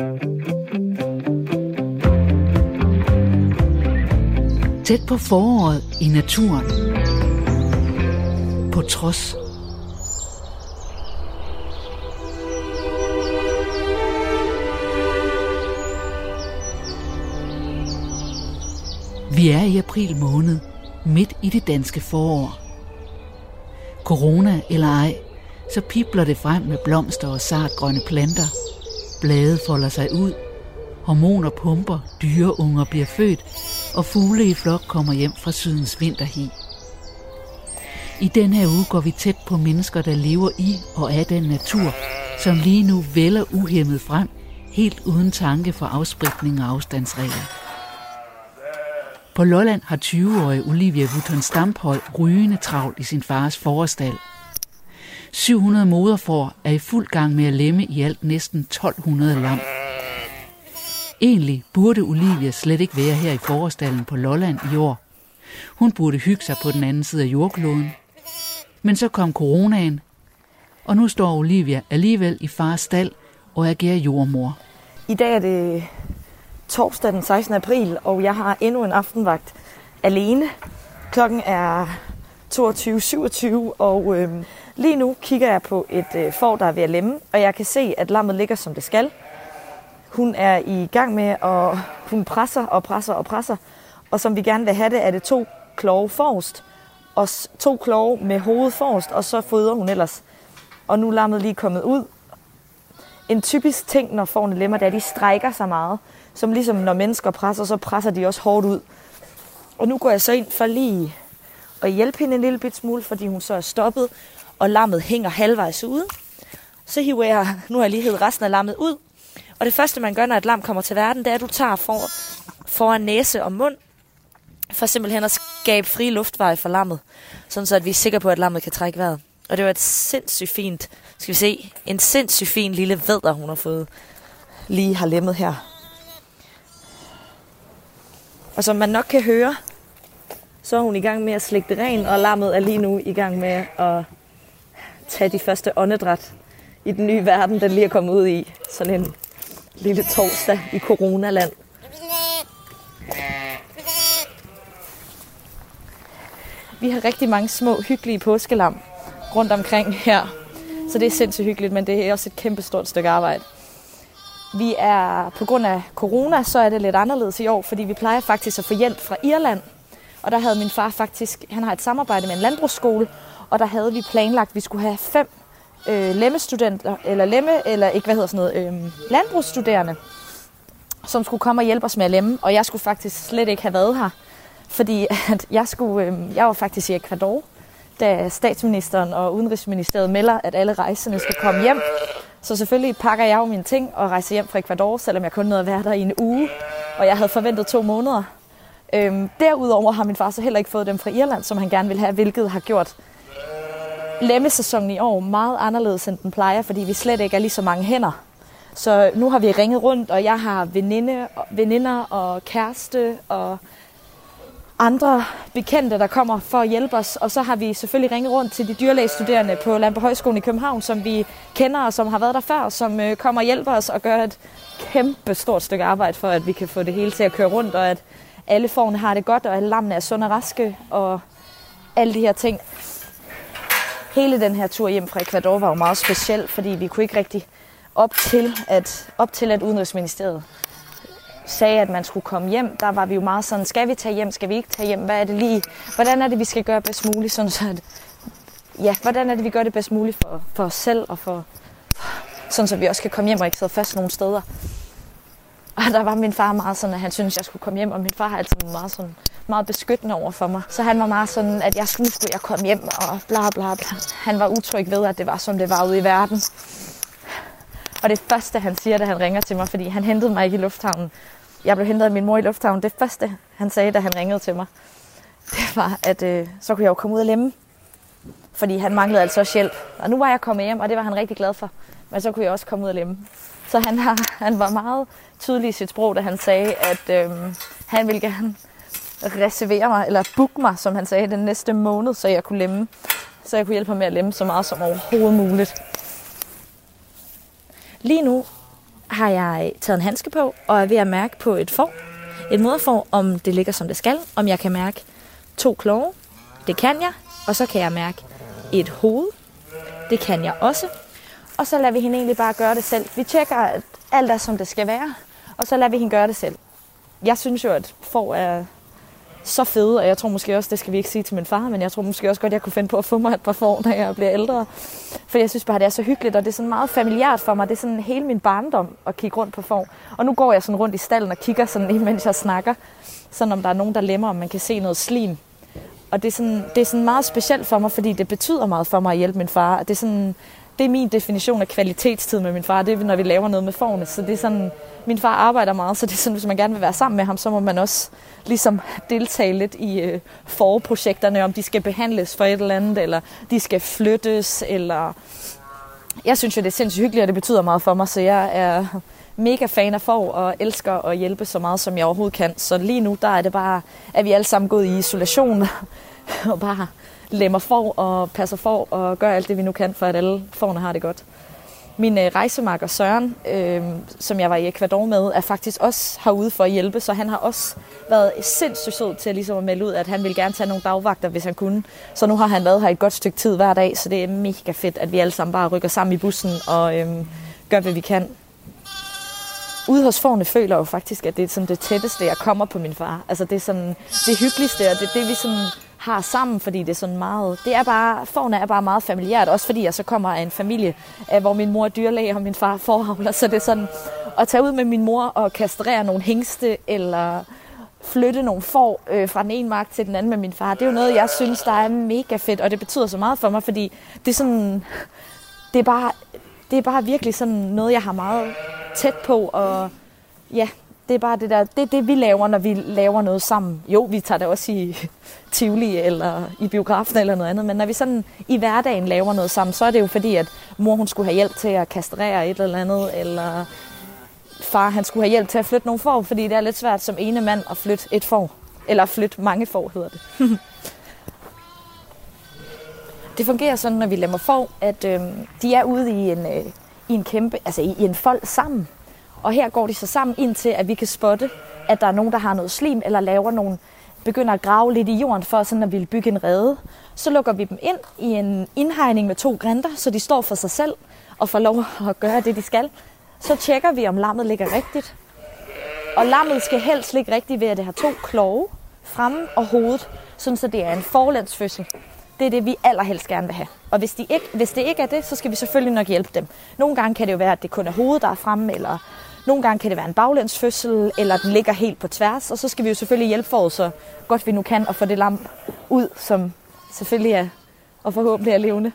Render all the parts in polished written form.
Tæt på foråret i naturen. På trods. Vi er i april måned, midt i det danske forår. Corona eller ej, så pibler det frem med blomster og sartgrønne planter. Blade folder sig ud, hormoner pumper, dyreunger bliver født, og fugle i flok kommer hjem fra sydens vinterhi. I den her uge går vi tæt på mennesker, der lever i og af den natur, som lige nu vælger uhæmmet frem, helt uden tanke for afspritning og afstandsregler. På Lolland har 20-årige Olivia Wutton Stamphøj rygende travlt i sin fars fårestald. 700 moderfår er i fuld gang med at lemme i alt næsten 1200 lam. Egentlig burde Olivia slet ikke være her i fårestalden på Lolland i år. Hun burde hygge sig på den anden side af jordkloden. Men så kom coronaen, og nu står Olivia alligevel i fars stald og agerer jordmor. I dag er det torsdag den 16. april, og jeg har endnu en aftenvagt alene. Klokken er 22.27, og lige nu kigger jeg på et får, der er ved at lemme, og jeg kan se, at lammet ligger, som det skal. Hun er i gang med, og hun presser og presser og presser, og som vi gerne vil have det, er det 2 klove forrest, og 2 klove med hovedet forrest, og så fodrer hun ellers. Og nu er lammet lige kommet ud. En typisk ting, når fårene lemmer, det er, at de strækker sig meget. Som ligesom når mennesker presser, så presser de også hårdt ud. Og nu går jeg så ind for lige at hjælpe hende en lille bit smule, fordi hun så er stoppet, og lammet hænger halvvejs ude. Så hiver jeg, nu har jeg lige hævet resten af lammet ud. Og det første, man gør, når et lam kommer til verden, det er, at du tager foran næse og mund, for simpelthen at skabe fri luftveje for lammet, sådan så at vi er sikre på, at lammet kan trække vejret. Og det var et sindssygt fint, en sindssygt fin lille vædder, hun har fået lige har lemmet her. Og som man nok kan høre, så er hun i gang med at slikke det ren, og lammet er lige nu i gang med at tage de første åndedræt i den nye verden, den lige er kommet ud i. Sådan en lille torsdag i coronaland. Vi har rigtig mange små, hyggelige påskelam rundt omkring her. Så det er sindssygt hyggeligt, men det er også et kæmpestort stykke arbejde. Vi er, på grund af corona, så er det lidt anderledes i år, fordi vi plejer faktisk at få hjælp fra Irland. Og der havde min far faktisk, han har et samarbejde med en landbrugsskole, og der havde vi planlagt, at vi skulle have 5 lemmestudenter, landbrugsstuderende, som skulle komme og hjælpe os med at lemme. Og jeg skulle faktisk slet ikke have været her, fordi at jeg var faktisk i Ecuador, da statsministeren og udenrigsministeriet melder, at alle rejsende skal komme hjem. Så selvfølgelig pakker jeg jo mine ting og rejser hjem fra Ecuador, selvom jeg kun nåede at være der i en uge, og jeg havde forventet 2 måneder. Derudover har min far så heller ikke fået dem fra Irland, som han gerne ville have, hvilket har gjort lemmesæsonen i år meget anderledes, end den plejer, fordi vi slet ikke er lige så mange hænder. Så nu har vi ringet rundt, og jeg har veninder og kæreste og andre bekendte, der kommer for at hjælpe os. Og så har vi selvfølgelig ringet rundt til de dyrlægestuderende på Landbohøjskolen i København, som vi kender og som har været der før, som kommer og hjælper os og gør et kæmpe stort stykke arbejde for, at vi kan få det hele til at køre rundt, og at alle fårene har det godt, og alle lammene er sunde og raske, og alle de her ting. Hele den her tur hjem fra Ecuador var jo meget speciel, fordi vi kunne ikke rigtig op til at Udenrigsministeriet sagde, at man skulle komme hjem, der var vi jo meget sådan, skal vi tage hjem, skal vi ikke tage hjem, hvad er det lige, hvordan er det, vi skal gøre bedst muligt, sådan så at, ja, hvordan er det, vi gør det bedst muligt for os selv, og sådan så vi også kan komme hjem og ikke sidde fast nogle steder. Og der var min far meget sådan, at han syntes, jeg skulle komme hjem, og min far har altid meget beskyttende over for mig. Så han var meget sådan, at nu skulle jeg komme hjem, og bla bla bla. Han var utryg ved, at det var, som det var ude i verden. Og det første, han siger, da han ringer til mig, fordi han hentede mig ikke i lufthavnen. Jeg blev hentet af min mor i lufthavnen. Det første, han sagde, da han ringede til mig, det var, at så kunne jeg jo komme ud og lemme. Fordi han manglede altså også hjælp. Og nu var jeg kommet hjem, og det var han rigtig glad for. Men så kunne jeg også komme ud og lemme. Så han var meget tydelig i sit sprog, da han sagde, at han ville gerne reservere mig, eller booke mig, som han sagde, den næste måned, så jeg kunne lemme. Så jeg kunne hjælpe ham med at lemme så meget som overhovedet muligt. Lige nu har jeg taget en handske på, og er ved at mærke på et moderfår, om det ligger som det skal. Om jeg kan mærke 2 klove, det kan jeg. Og så kan jeg mærke et hoved, det kan jeg også. Og så lader vi hende egentlig bare gøre det selv. Vi tjekker, at alt er som det skal være, og så lader vi hende gøre det selv. Jeg synes jo, at får er så fede, og jeg tror måske også, det skal vi ikke sige til min far, men jeg tror måske også godt, at jeg kunne finde på at få mig et par får, når jeg bliver ældre. For jeg synes bare, det er så hyggeligt, og det er sådan meget familiært for mig. Det er sådan hele min barndom at kigge rundt på får. Og nu går jeg sådan rundt i stallen og kigger sådan, mens jeg snakker, sådan om der er nogen, der lemmer, om man kan se noget slim. Og det er sådan meget specielt for mig, fordi det betyder meget for mig at hjælpe min far. Det er min definition af kvalitetstid med min far, det er, når vi laver noget med fårene. Så det er sådan, min far arbejder meget, så det er sådan, hvis man gerne vil være sammen med ham, så må man også ligesom deltage lidt i forprojekterne, om de skal behandles for et eller andet, eller de skal flyttes, eller... Jeg synes jo, det er sindssygt hyggeligt, og det betyder meget for mig, så jeg er mega fan af får og elsker at hjælpe så meget, som jeg overhovedet kan. Så lige nu, der er det bare, at vi alle sammen gået i isolation og bare lemmer får og passer får og gør alt det, vi nu kan, for at alle fårene har det godt. Min rejsemakker Søren, som jeg var i Ecuador med, er faktisk også herude for at hjælpe, så han har også været sindssygt sød til ligesom at melde ud, at han ville gerne tage nogle dagvagter, hvis han kunne. Så nu har han været her et godt stykke tid hver dag, så det er mega fedt, at vi alle sammen bare rykker sammen i bussen og gør, hvad vi kan. Ude hos fårene føler jeg jo faktisk, at det er sådan det tætteste, jeg kommer på min far. Altså det er sådan det hyggeligste, og det er det, vi sådan har sammen, fordi det er sådan meget... Fårene er bare meget familiært, også fordi jeg så kommer af en familie, hvor min mor er dyrlæge og min far er fåravler, så det er sådan at tage ud med min mor og kastrere nogle hængste, eller flytte nogle får fra den ene mark til den anden med min far. Det er jo noget, jeg synes, der er mega fedt, og det betyder så meget for mig, fordi det er sådan... Det er bare virkelig sådan noget, jeg har meget tæt på, og ja, det er bare det der, det er det, vi laver, når vi laver noget sammen. Jo, vi tager det også i Tivoli eller i biografen eller noget andet, men når vi sådan i hverdagen laver noget sammen, så er det jo fordi, at mor hun skulle have hjælp til at kastrere et eller andet, eller far han skulle have hjælp til at flytte nogle får, fordi det er lidt svært som ene mand at flytte et får, eller flytte mange får, hedder det. Det fungerer sådan, når vi lemmer får, at de er ude i en kæmpe, altså i en fold sammen. Og her går de så sammen indtil, at vi kan spotte, at der er nogen, der har noget slim, eller begynder at grave lidt i jorden for sådan at ville bygge en rede. Så lukker vi dem ind i en indhegning med 2 grinter, så de står for sig selv og får lov at gøre det, de skal. Så tjekker vi, om lammet ligger rigtigt. Og lammet skal helst ligge rigtigt ved, at det har 2 klove fremme og hovedet, sådan så det er en forlænsfødsel. Det er det, vi allerhelst gerne vil have. Og hvis det ikke er det, så skal vi selvfølgelig nok hjælpe dem. Nogle gange kan det jo være, at det kun er hovedet, der er fremme, eller nogle gange kan det være en baglænsfødsel, eller den ligger helt på tværs. Og så skal vi jo selvfølgelig hjælpe fåret så godt vi nu kan, og få det lam ud, som selvfølgelig er, og forhåbentlig er levende.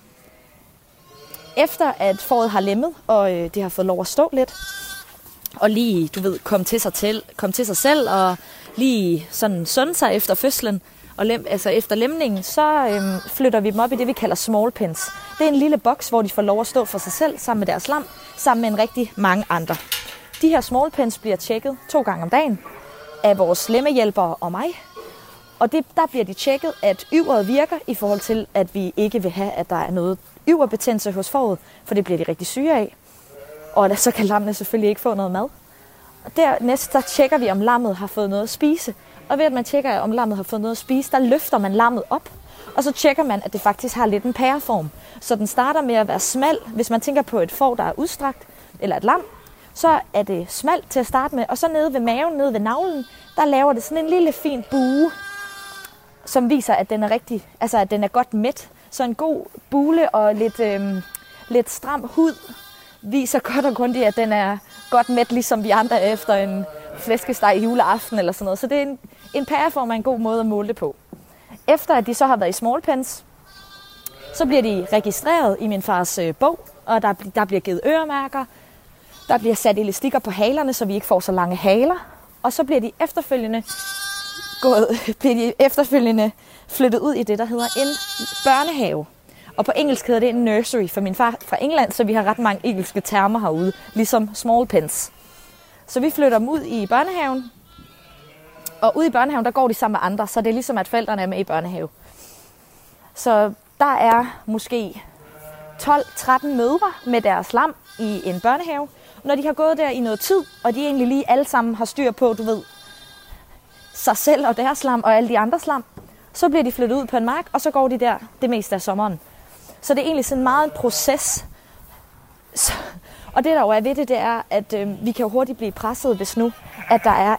Efter at fåret har lemmet, og det har fået lov at stå lidt, og lige, komme til sig selv, og lige sådan sunde sig efter fødslen, og efter lemningen, så flytter vi dem op i det, vi kalder small pens. Det er en lille boks, hvor de får lov at stå for sig selv, sammen med deres lam, sammen med en rigtig mange andre. De her small pens bliver tjekket 2 gange om dagen af vores lemmehjælpere og mig. Og der bliver de tjekket, at yveret virker i forhold til, at vi ikke vil have, at der er noget yverbetændelse hos fåret, for det bliver de rigtig syge af. Og så kan lammene selvfølgelig ikke få noget mad. Og dernæst, så tjekker vi, om lammet har fået noget at spise. Og ved at man tjekker, om lammet har fået noget at spise, der løfter man lammet op. Og så tjekker man, at det faktisk har lidt en pæreform. Så den starter med at være smal. Hvis man tænker på et får, der er udstrakt, eller et lam, så er det smalt til at starte med. Og så nede ved maven, nede ved navlen, der laver det sådan en lille fin bue, som viser, at den er rigtig, altså at den er godt mæt. Så en god bule og lidt stram hud viser godt og grundigt, at den er godt mæt, ligesom vi andre efter en flæskesteg juleaften eller sådan noget. Så det er en pæreform er en god måde at måle det på. Efter at de så har været i small pens, så bliver de registreret i min fars bog, og der bliver givet øremærker. Der bliver sat elastikker på halerne, så vi ikke får så lange haler. Og så bliver de efterfølgende flyttet ud i det, der hedder en børnehave. Og på engelsk hedder det en nursery, for min far fra England, så vi har ret mange engelske termer herude, ligesom small pens. Så vi flytter dem ud i børnehaven, og ude i børnehaven, der går de sammen med andre, så det er ligesom, at forældrene er med i børnehave. Så der er måske 12-13 mødre med deres lam i en børnehave, når de har gået der i noget tid, og de egentlig lige alle sammen har styr på, du ved, sig selv og deres lam og alle de andre lam, så bliver de flyttet ud på en mark, og så går de der det meste af sommeren. Så det er egentlig sådan meget en proces. Og det der jo er ved det er, at vi kan jo hurtigt blive presset, hvis nu, at der er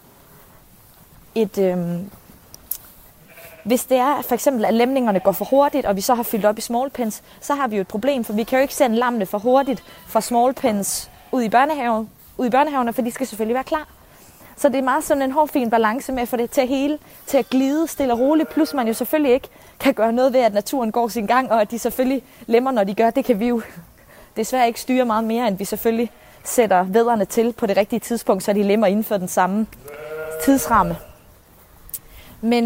hvis det er for eksempel, at læmningerne går for hurtigt, og vi så har fyldt op i small pens, så har vi jo et problem, for vi kan jo ikke sende lammene for hurtigt fra small pens ud i børnehaverne, for de skal selvfølgelig være klar. Så det er meget sådan en hårfin balance med at få det til at glide stille og roligt, plus man jo selvfølgelig ikke kan gøre noget ved, at naturen går sin gang, og at de selvfølgelig lemmer, når de gør. Det kan vi jo desværre ikke styre meget mere, end vi selvfølgelig sætter vædderne til på det rigtige tidspunkt, så de lemmer inden for den samme tidsramme. Men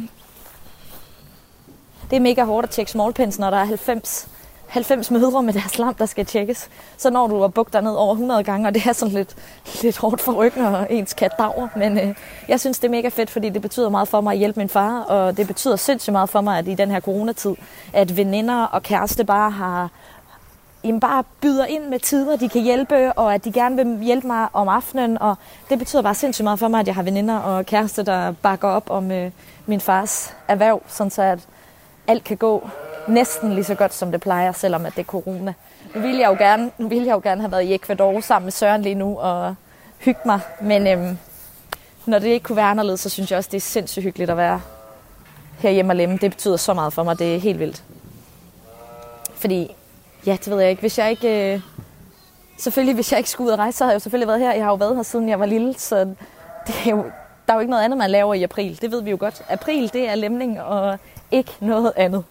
det er mega hårdt at tjekke smallpens, når der er 90 mødre med deres lam, der skal tjekkes. Så når du har bukt dig ned over 100 gange, og det er sådan lidt hårdt for ryggen og ens kat dager. Men jeg synes, det er mega fedt, fordi det betyder meget for mig at hjælpe min far, og det betyder sindssygt meget for mig, at i den her coronatid, at veninder og kæreste bare byder ind med tider, de kan hjælpe, og at de gerne vil hjælpe mig om aftenen. Og det betyder bare sindssygt meget for mig, at jeg har veninder og kæreste, der bakker op om min fars erhverv, sådan så at alt kan gå næsten lige så godt, som det plejer, selvom at det er corona. Nu ville jeg jo gerne have været i Ecuador sammen med Søren lige nu og hygge mig. Men når det ikke kunne være anderledes, så synes jeg også, det er sindssygt hyggeligt at være herhjemme og lemme. Det betyder så meget for mig. Det er helt vildt. Fordi, ja, det ved jeg ikke. Hvis jeg ikke skulle ud og rejse, så havde jeg jo selvfølgelig været her. Jeg har jo været her, siden jeg var lille, så det er jo, der er jo ikke noget andet, man laver i april. Det ved vi jo godt. April, det er lemning og ikke noget andet.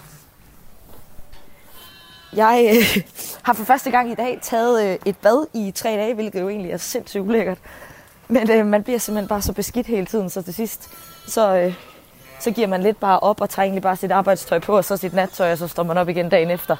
Jeg har for første gang i dag taget et bad i 3 dage, hvilket jo egentlig er sindssygt ulækkert. Men man bliver simpelthen bare så beskidt hele tiden, så til sidst, så giver man lidt bare op og tager egentlig bare sit arbejdstøj på, og så sit nattøj, og så står man op igen dagen efter.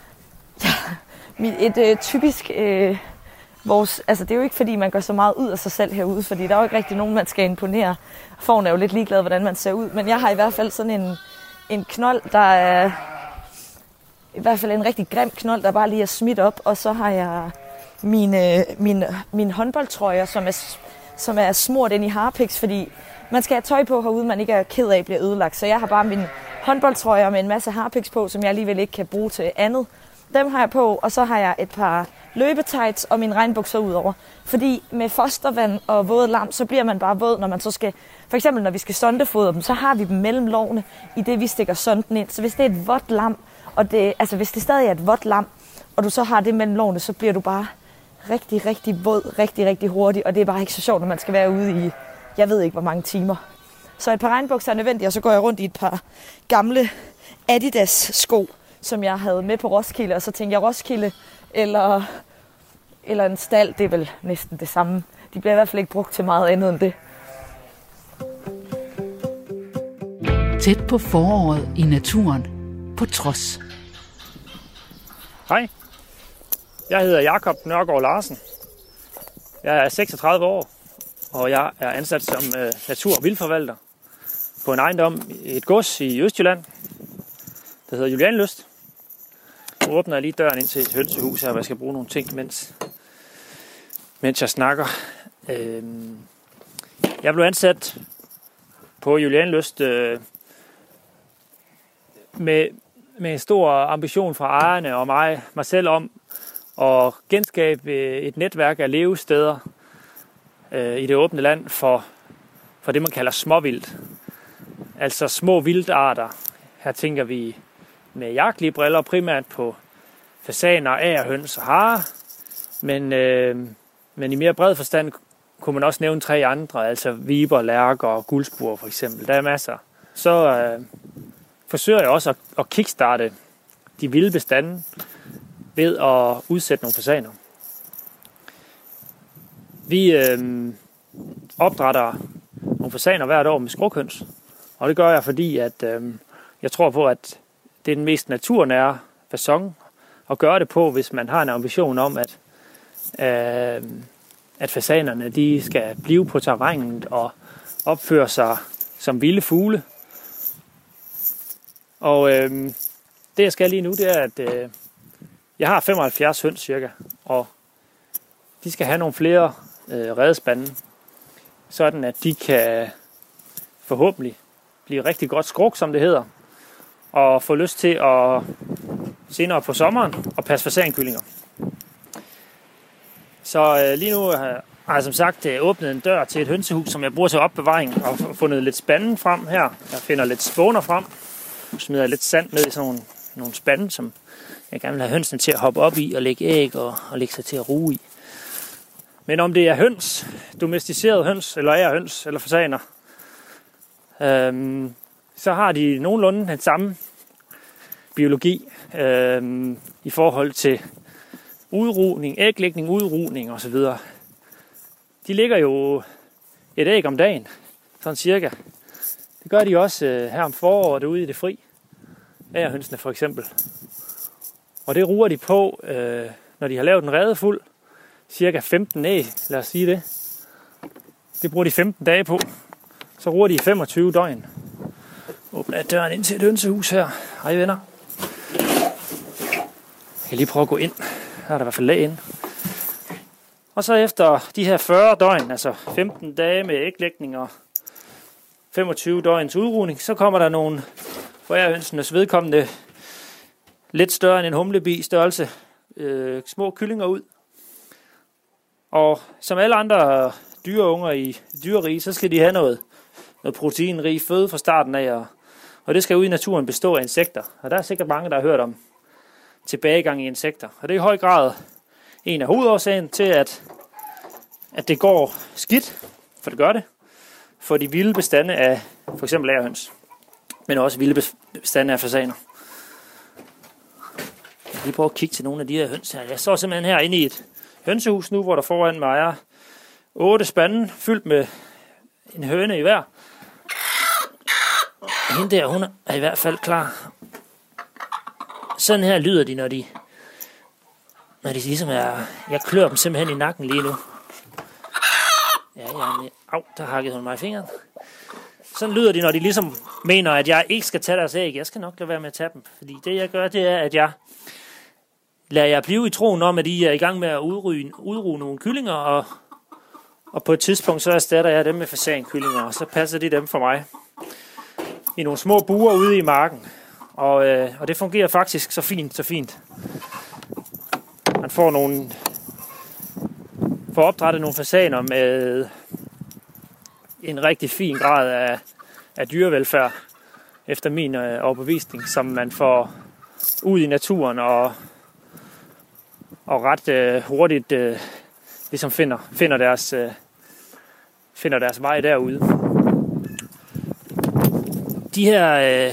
Ja, typisk... det er jo ikke fordi, man gør så meget ud af sig selv herude, fordi der er jo ikke rigtig nogen, man skal imponere. Fåren er jo lidt ligeglad, hvordan man ser ud, men jeg har i hvert fald sådan en knold, der er... I hvert fald en rigtig grim knold, der bare lige er smidt op, og så har jeg mine håndboldtrøjer, som er smurt ind i harpiks, fordi man skal have tøj på herude, man ikke er ked af bliver ødelagt. Så jeg har bare mine håndboldtrøjer med en masse harpiks på, som jeg alligevel ikke kan bruge til andet. Dem har jeg på, og så har jeg et par løbetights og mine regnbukser ud over. Fordi med fostervand og våde lam, så bliver man bare våd, når man så skal... For eksempel når vi skal sondefodre dem, så har vi dem mellem lårene, i det vi stikker sonden ind. Så hvis det er et vådt lam, og hvis det stadig er et vådt lam, og du så har det mellem lårene, så bliver du bare rigtig, rigtig våd, rigtig, rigtig hurtigt. Og det er bare ikke så sjovt, når man skal være ude i, jeg ved ikke hvor mange timer. Så et par regnbukser er nødvendigt, og så går jeg rundt i et par gamle Adidas sko, som jeg havde med på Roskilde, og så tænkte jeg Roskilde eller en stald, det er vel næsten det samme. De bliver i hvert fald ikke brugt til meget andet end det. Tæt på foråret i naturen, på trods. Hej, jeg hedder Jakob Nørgaard Larsen. Jeg er 36 år, og jeg er ansat som natur- og vildforvalter på en ejendom i et gods i Østjylland, der hedder Julianlyst. Nu åbner jeg lige døren ind til et hønsehus her, hvor jeg skal bruge nogle ting, mens jeg snakker. Jeg blev ansat på Julianlyst med en stor ambition fra ejerne og mig selv om at genskabe et netværk af levesteder i det åbne land for det, man kalder småvildt. Altså små vildarter. Her tænker vi med jagtlige briller primært på fasaner, agerhøns og harer, men i mere bred forstand kunne man også nævne 3 andre, altså viber, lærker og guldspur for eksempel. Der er masser. Så forsøger jeg også at kickstarte de vilde bestande ved at udsætte nogle fasaner. Vi opdrætter nogle fasaner hvert år med skrukøns, og det gør jeg, fordi at jeg tror på, at det er den mest naturnære facon at gøre det på, hvis man har en ambition om, at fasanerne de skal blive på terrænet og opføre sig som vilde fugle. Og det jeg skal lige nu, det er, at jeg har 75 høns cirka, og de skal have nogle flere redespande, sådan at de kan forhåbentlig blive rigtig godt skruk, som det hedder, og få lyst til at senere på sommeren at passe fasankyllinger. Så lige nu har jeg som sagt åbnet en dør til et hønsehus, som jeg bruger til opbevaring, og fundet lidt spande frem her. Jeg finder lidt spåner frem, smider lidt sand ned i sådan nogle spande, som jeg gerne vil have hønsene til at hoppe op i og lægge æg og lægge sig til at ruge i. Men om det er høns, domesticerede høns, eller ærehøns, eller fasaner, så har de nogenlunde den samme biologi i forhold til udrugning, æglægning, udrugning osv. De lægger jo et æg om dagen, sådan cirka. Det gør de også her om foråret ude i det fri. Ærehønsene for eksempel. Og det ruger de på, når de har lavet en rede fuld. Cirka 15 æg, lad os sige det. Det bruger de 15 dage på. Så ruger de i 25 døgn. Åbner døren ind til et hønsehus her. Hej venner. Jeg kan lige prøve at gå ind. Her er der i hvert fald lag inde. Og så efter de her 40 døgn, altså 15 dage med æglægning og 25 døgns udrugning, så kommer der nogle for ærehønsenes vedkommende lidt større end en humlebi størrelse små kyllinger ud. Og som alle andre dyreunger i dyrerige, så skal de have noget proteinrig føde fra starten af, og det skal ud i naturen bestå af insekter. Og der er sikkert mange, der har hørt om tilbagegang i insekter. Og det er i høj grad en af hovedårsagen til, at det går skidt, for det gør det, for de vilde bestande af for eksempel ærehøns, men også vilde bestande af fasaner. Jeg kan lige prøve at kigge til nogle af de her høns her. Jeg står simpelthen her inde i et hønsehus nu, hvor der foran mig er 8 spande fyldt med en høne i hver. Hende der, hun er i hvert fald klar. Sådan her lyder de, når de ligesom er... Jeg klør dem simpelthen i nakken lige nu. Au, der hakkede hun mig i fingeren. Sådan lyder de, når de ligesom mener, at jeg ikke skal tage deres æg. Jeg skal nok lade være med at tage dem. Fordi det jeg gør, det er, at jeg lader jer blive i troen om, at I er i gang med at udruge nogle kyllinger, og på et tidspunkt så erstatter jeg dem med fasankyllinger, og så passer de dem for mig i nogle små buer ude i marken. Og det fungerer faktisk så fint. Man får opdrættet nogle fasaner med en rigtig fin grad af dyrevelfærd, efter min overbevisning, som man får ud i naturen og ret hurtigt ligesom finder deres vej derude. De her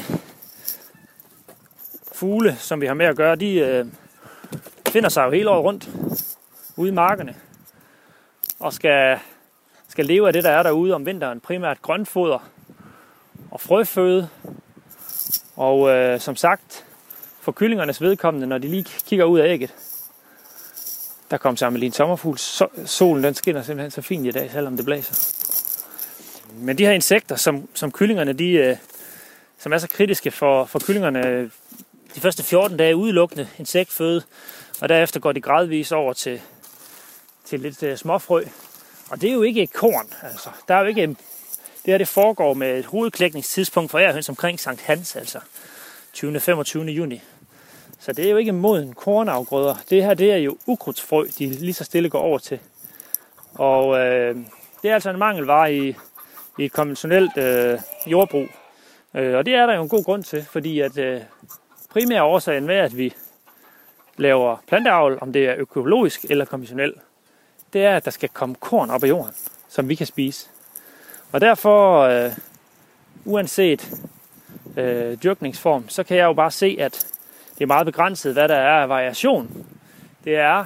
fugle, som vi har med at gøre, de finder sig jo hele året rundt ude i markerne og skal leve af det, der er derude om vinteren. Primært grønfoder og frøføde. Og som sagt, for kyllingernes vedkommende, når de lige kigger ud af ægget, der kom sammen lige en sommerfugl. Solen den skinner simpelthen så fint i dag, selvom det blæser. Men de her insekter, som kyllingerne, som er så kritiske for kyllingerne, de første 14 dage udelukkende insektføde, og derefter går de gradvist over til lidt småfrø. Og det er jo ikke et korn, altså. Der er jo ikke det foregår med et hovedklækningstidspunkt for ærehøns omkring Sankt Hans, altså 20. 25. juni. Så det er jo ikke moden kornafgrøder. Det her, det er jo ukrudtsfrø, de lige så stille går over til. Og det er altså en mangelvare i et konventionelt jordbrug. Og det er der jo en god grund til, fordi at primære årsagen med, at vi laver planteavl, om det er økologisk eller konventionelt, det er, at der skal komme korn op af jorden, som vi kan spise. Og derfor, uanset dyrkningsform, så kan jeg jo bare se, at det er meget begrænset, hvad der er af variation. Det er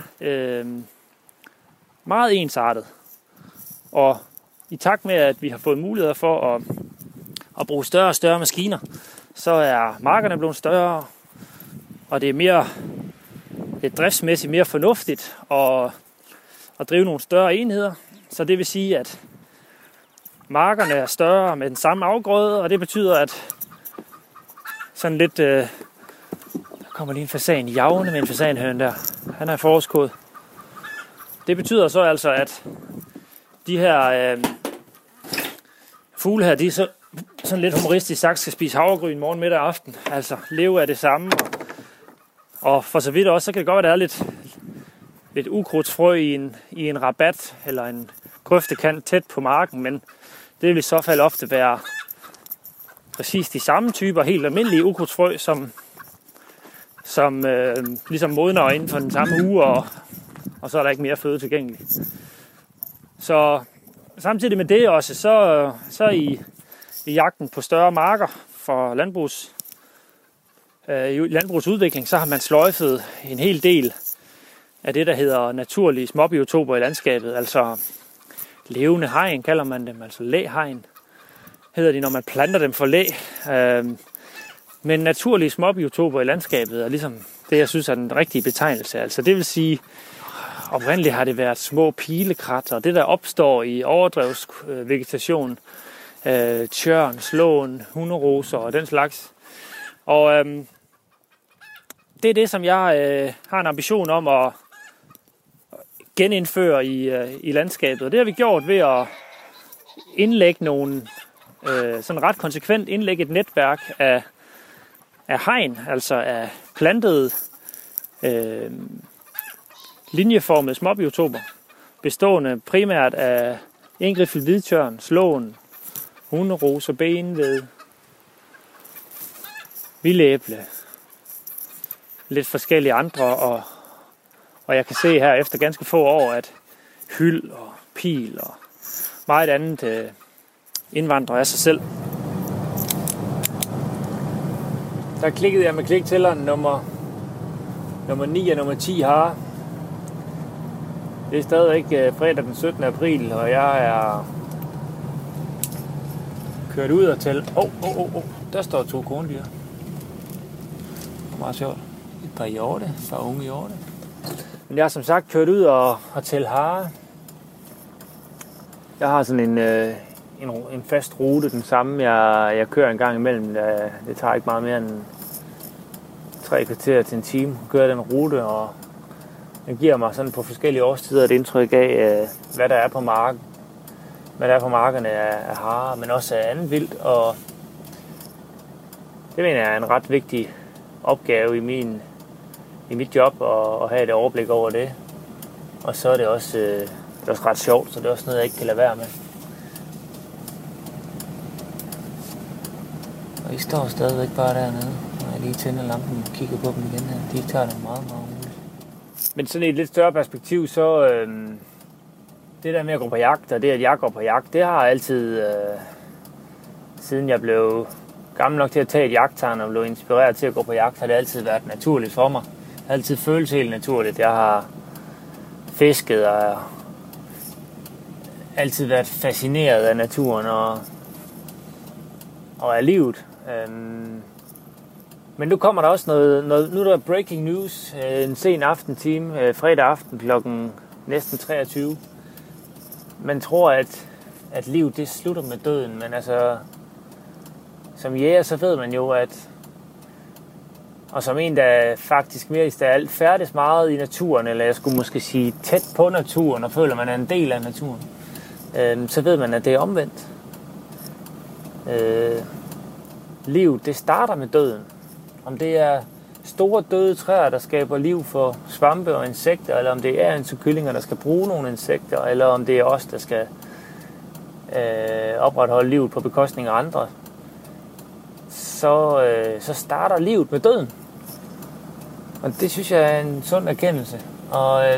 meget ensartet. Og i takt med, at vi har fået muligheder for at bruge større og større maskiner, så er markerne blevet større, og det er driftsmæssigt mere fornuftigt at drive nogle større enheder. Så det vil sige, at markerne er større med den samme afgrøde, og det betyder, at sådan lidt... der kommer lige en fasan i javne med en fasanhøne der. Han er forårskået. det betyder så altså, at de her fugle her, de er så sådan lidt humoristisk sagt, skal spise havregryn morgen, middag og aften. Altså leve af det samme. Og for så vidt også, så kan det godt være, at der er lidt ukrudtsfrø i en rabat eller en grøftekant tæt på marken, men det vil i så fald ofte være præcis de samme typer, helt almindelige ukrudtsfrø, som ligesom modner inden for den samme uge, og så er der ikke mere føde tilgængeligt. Så samtidig med det også, så i jagten på større marker for landbrugsudvikling, så har man sløjfet en hel del af det, der hedder naturlige småbiotoper i landskabet, altså levende hegn kalder man dem, altså læhegn hedder de, når man planter dem for læ. Men naturlige småbiotoper i landskabet er ligesom det, jeg synes er den rigtige betegnelse. Altså det vil sige, oprindeligt har det været små pilekrat, og det der opstår i overdrevsvegetation, tjørn, slåen, hunderoser og den slags. Og det er det, som jeg har en ambition om at genindføre i landskabet. Og det har vi gjort ved at indlægge nogle, sådan ret konsekvent indlægge et netværk af hegn, altså af plantede, linjeformede småbiotoper, bestående primært af engriffel hvidtjørn, slåen, hunderose, benved, vildæble, lidt forskellige andre, og jeg kan se her efter ganske få år, at hyld og pil og meget andet indvandrer af sig selv. Der klikkede jeg med kliktælleren nummer 9 og nummer 10 her. Det er stadigvæk fredag den 17. april, og jeg er kørt ud og tælle. Der står 2 krondyr. Det er meget sjovt. Et par hjorte, et par unge hjorte. Men jeg har som sagt kørt ud og tælle harer. Jeg har sådan en fast rute, den samme jeg kører en gang imellem. Det tager ikke meget mere end 3 kvarter til en time at køre den rute, og den giver mig sådan på forskellige årstider et indtryk af, hvad der er på marken. Hvad der er på markerne af harer, men også af andet vildt, og det mener jeg er en ret vigtig opgave i mit job at have et overblik over det. Og så er det også ret sjovt, så det er også noget, jeg ikke kan lade være med. Og I står stadigvæk bare dernede, og jeg lige tænder lampen og kigger på dem igen her. De tager det meget roligt. Men sådan i et lidt større perspektiv, så det der med at gå på jagt, og det at jeg går på jagt, det har altid, siden jeg blev gammel nok til at tage et jagttegn og blev inspireret til at gå på jagt, har det altid været naturligt for mig. Det har altid føltes helt naturligt. Jeg har fisket og altid været fascineret af naturen og af livet. Men nu kommer der også noget nu er der breaking news, en sen aftentime, fredag aften klokken næsten 23. Man tror, at livet det slutter med døden, men altså som jæger, så ved man jo, at og som en, der faktisk mest af alt færdes meget i naturen, eller jeg skulle måske sige tæt på naturen, og føler, man er en del af naturen, så ved man, at det er omvendt. Livet, det starter med døden. Om det er store døde træer, der skaber liv for svampe og insekter, eller om det er kyllinger, der skal bruge nogle insekter, eller om det er os, der skal opretholde livet på bekostning af andre, så starter livet med døden. Og det synes jeg er en sund erkendelse, og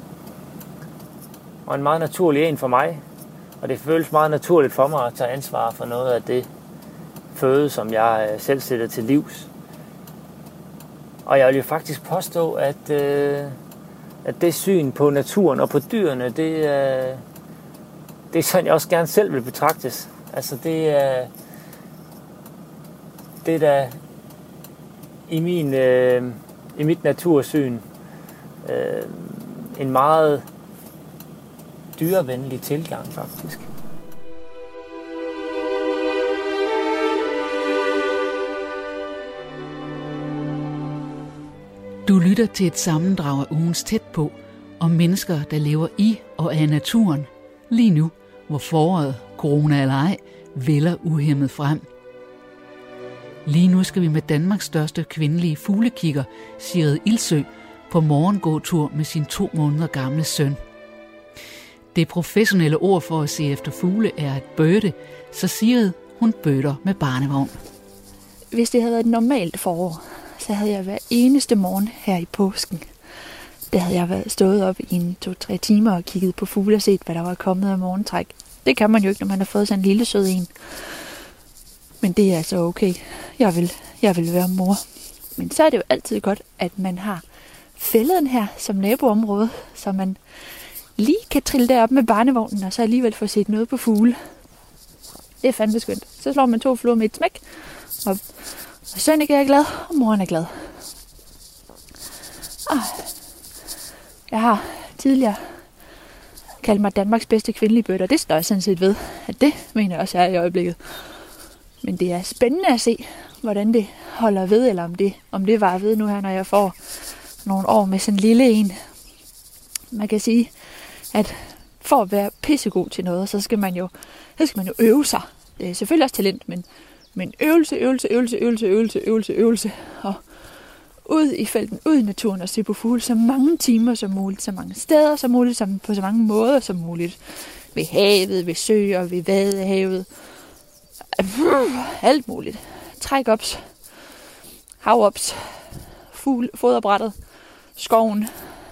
en meget naturlig en for mig. Og det føles meget naturligt for mig at tage ansvar for noget af det føde, som jeg selv sætter til livs. Og jeg vil jo faktisk påstå, at det syn på naturen og på dyrene, det er sådan, jeg også gerne selv vil betragtes. Altså det er da i mit natursyn en meget dyrevenlig tilgang faktisk. Du lytter til et sammendrag af ugens Tæt på om mennesker, der lever i og af naturen, lige nu, hvor foråret, corona eller ej, vælger uhæmmet frem. Lige nu skal vi med Danmarks største kvindelige fuglekigger, Sigrid Ildsø, på morgengåtur med sin 2 måneder gamle søn. Det professionelle ord for at se efter fugle er at bøde, så Sigrid, hun bøder med barnevogn. Hvis det havde været et normalt forår, så havde jeg hver eneste morgen her i påsken, der havde jeg stået op i 2-3 timer og kigget på fugle og set, hvad der var kommet af morgentræk. Det kan man jo ikke, når man har fået sådan en lille sød en. Men det er så okay. Jeg vil være mor. Men så er det jo altid godt, at man har fælleden her som naboområde, så man lige kan trille derop med barnevognen, og så alligevel få set noget på fugle. Det er fandme skønt. Så slår man 2 fluer med et smæk, og sønnen er glad, og moren er glad. Jeg har tidligere kaldt mig Danmarks bedste kvindelige bøtter. Det står jeg sådan set ved, at det mener jeg også er i øjeblikket. Men det er spændende at se, hvordan det holder ved, eller om det varer ved nu her, når jeg får nogle år med sådan en lille en. Man kan sige, at for at være pissegod til noget, så skal man jo øve sig. Det er selvfølgelig også talent, men øvelse. Og ud i felten, ud i naturen og se på fugle så mange timer som muligt, så mange steder som muligt, på så mange måder som muligt. Ved havet, ved søer, ved vadehavet. Alt muligt. Trækops, havops, foderbrættet, skoven.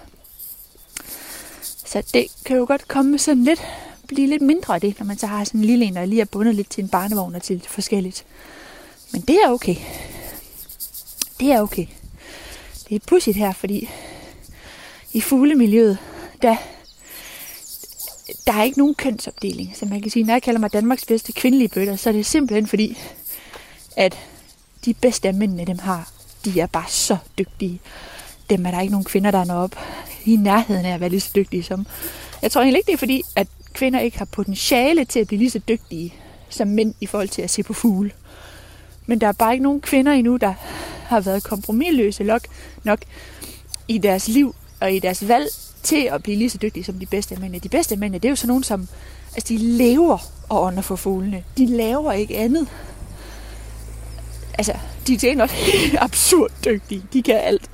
Så det kan jo godt komme sådan lidt, blive lidt mindre af det, når man så har sådan en lille en, der lige er bundet lidt til en barnevogn og til lidt forskelligt. Men det er okay. Det er okay. Det er pudsigt her, fordi i fuglemiljøet, der er ikke nogen kønsopdeling. Så man kan sige, når jeg kalder mig Danmarks bedste kvindelige bøtter, så er det simpelthen fordi, at de bedste af mændene, de er bare så dygtige. Dem er der ikke nogen kvinder, der når op i nærheden af at være lige så dygtige som. Jeg tror egentlig ikke, det er fordi, at kvinder ikke har potentiale til at blive lige så dygtige som mænd i forhold til at se på fugle. Men der er bare ikke nogen kvinder endnu, der har været kompromisløse nok i deres liv og i deres valg til at blive lige så dygtige som de bedste mænd. De bedste mænd, det er jo sådan nogen, som de lever og ånder for fuglene. De laver ikke andet. Altså, de er nok helt absurd dygtige. De kan alt.